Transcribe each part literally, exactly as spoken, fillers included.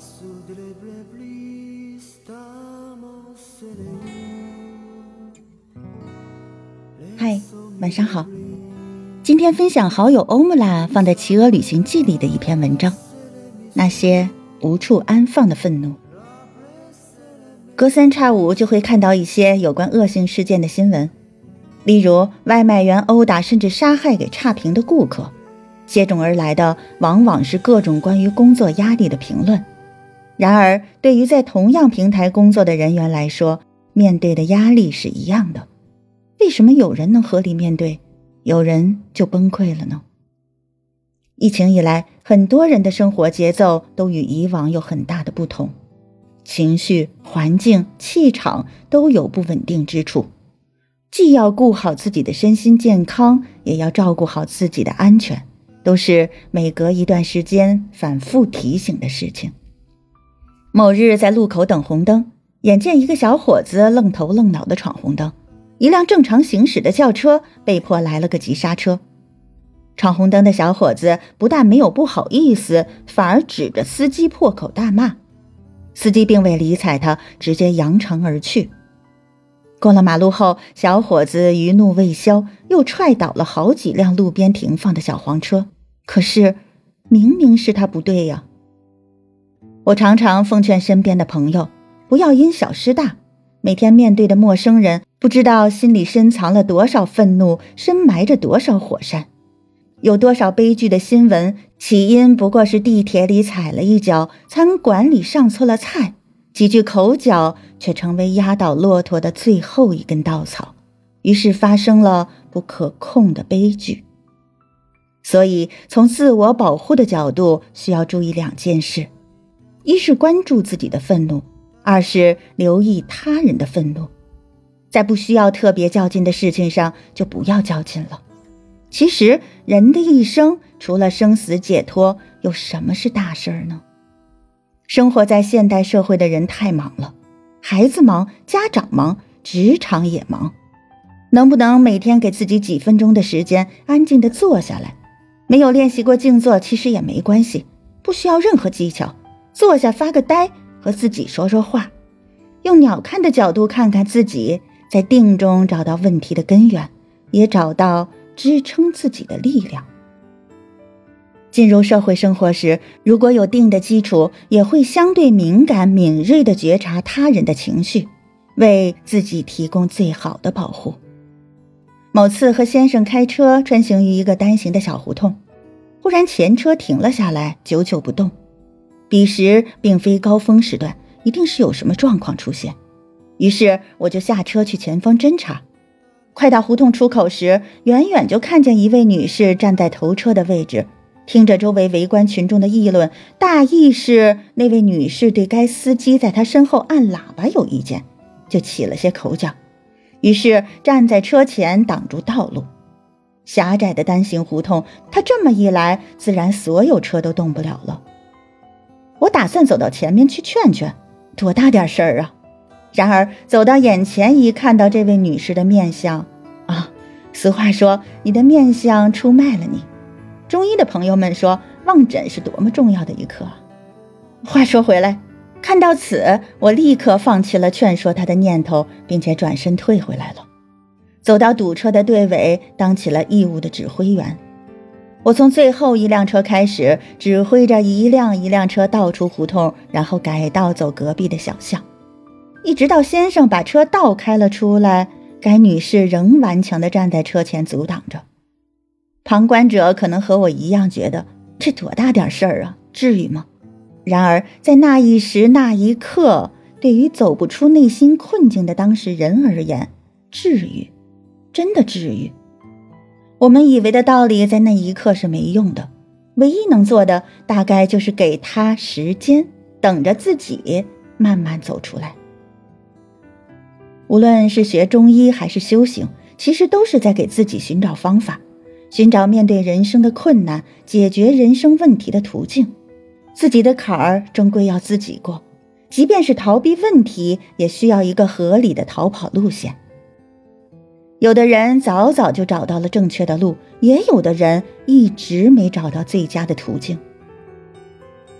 嗨，晚上好。今天分享好友欧姆拉放在《企鹅旅行记》里的一篇文章，那些无处安放的愤怒。隔三差五就会看到一些有关恶性事件的新闻，例如外卖员殴打甚至杀害给差评的顾客，接踵而来的往往是各种关于工作压力的评论。然而对于在同样平台工作的人员来说，面对的压力是一样的。为什么有人能合理面对，有人就崩溃了呢？疫情以来，很多人的生活节奏都与以往有很大的不同，情绪、环境、气场都有不稳定之处，既要顾好自己的身心健康，也要照顾好自己的安全，都是每隔一段时间反复提醒的事情。某日在路口等红灯，眼见一个小伙子愣头愣脑地闯红灯，一辆正常行驶的轿车被迫来了个急刹车。闯红灯的小伙子不但没有不好意思，反而指着司机破口大骂。司机并未理睬他，直接扬长而去。过了马路后，小伙子余怒未消，又踹倒了好几辆路边停放的小黄车。可是明明是他不对呀。我常常奉劝身边的朋友，不要因小失大。每天面对的陌生人，不知道心里深藏了多少愤怒，深埋着多少火山。有多少悲剧的新闻，起因不过是地铁里踩了一脚，餐馆里上错了菜，几句口角却成为压倒骆驼的最后一根稻草，于是发生了不可控的悲剧。所以从自我保护的角度，需要注意两件事：一是关注自己的愤怒，二是留意他人的愤怒。在不需要特别较劲的事情上，就不要较劲了。其实人的一生，除了生死解脱，有什么是大事儿呢？生活在现代社会的人太忙了，孩子忙，家长忙，职场也忙。能不能每天给自己几分钟的时间，安静地坐下来？没有练习过静坐其实也没关系，不需要任何技巧，坐下发个呆，和自己说说话，用鸟瞰的角度看看自己，在定中找到问题的根源，也找到支撑自己的力量。进入社会生活时，如果有定的基础，也会相对敏感敏锐地觉察他人的情绪，为自己提供最好的保护。某次和先生开车穿行于一个单行的小胡同，忽然前车停了下来，久久不动。彼时并非高峰时段，一定是有什么状况出现。于是我就下车去前方侦查。快到胡同出口时，远远就看见一位女士站在头车的位置，听着周围围观群众的议论，大意是那位女士对该司机在她身后按喇叭有意见，就起了些口角，于是站在车前挡住道路。狭窄的单行胡同，她这么一来，自然所有车都动不了了。我打算走到前面去劝劝，多大点事儿啊！然而走到眼前一看到这位女士的面相啊，俗话说，你的面相出卖了你。中医的朋友们说，望诊是多么重要的一课啊。话说回来，看到此，我立刻放弃了劝说她的念头，并且转身退回来了。走到堵车的队尾，当起了义务的指挥员。我从最后一辆车开始，指挥着一辆一辆车倒出胡同，然后改道走隔壁的小巷，一直到先生把车倒开了出来，该女士仍顽强地站在车前阻挡着。旁观者可能和我一样觉得，这多大点事儿啊，至于吗？然而在那一时那一刻，对于走不出内心困境的当事人而言，治愈，真的治愈。我们以为的道理在那一刻是没用的，唯一能做的大概就是给他时间，等着自己慢慢走出来。无论是学中医还是修行，其实都是在给自己寻找方法，寻找面对人生的困难，解决人生问题的途径。自己的坎儿终归要自己过，即便是逃避问题，也需要一个合理的逃跑路线。有的人早早就找到了正确的路，也有的人一直没找到最佳的途径。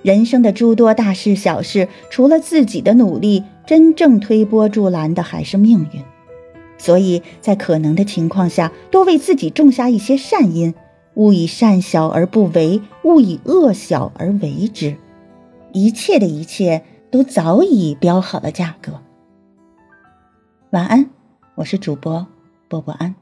人生的诸多大事小事，除了自己的努力，真正推波助澜的还是命运。所以在可能的情况下，多为自己种下一些善因，勿以善小而不为，勿以恶小而为之。一切的一切都早已标好了价格。晚安，我是主播波波安。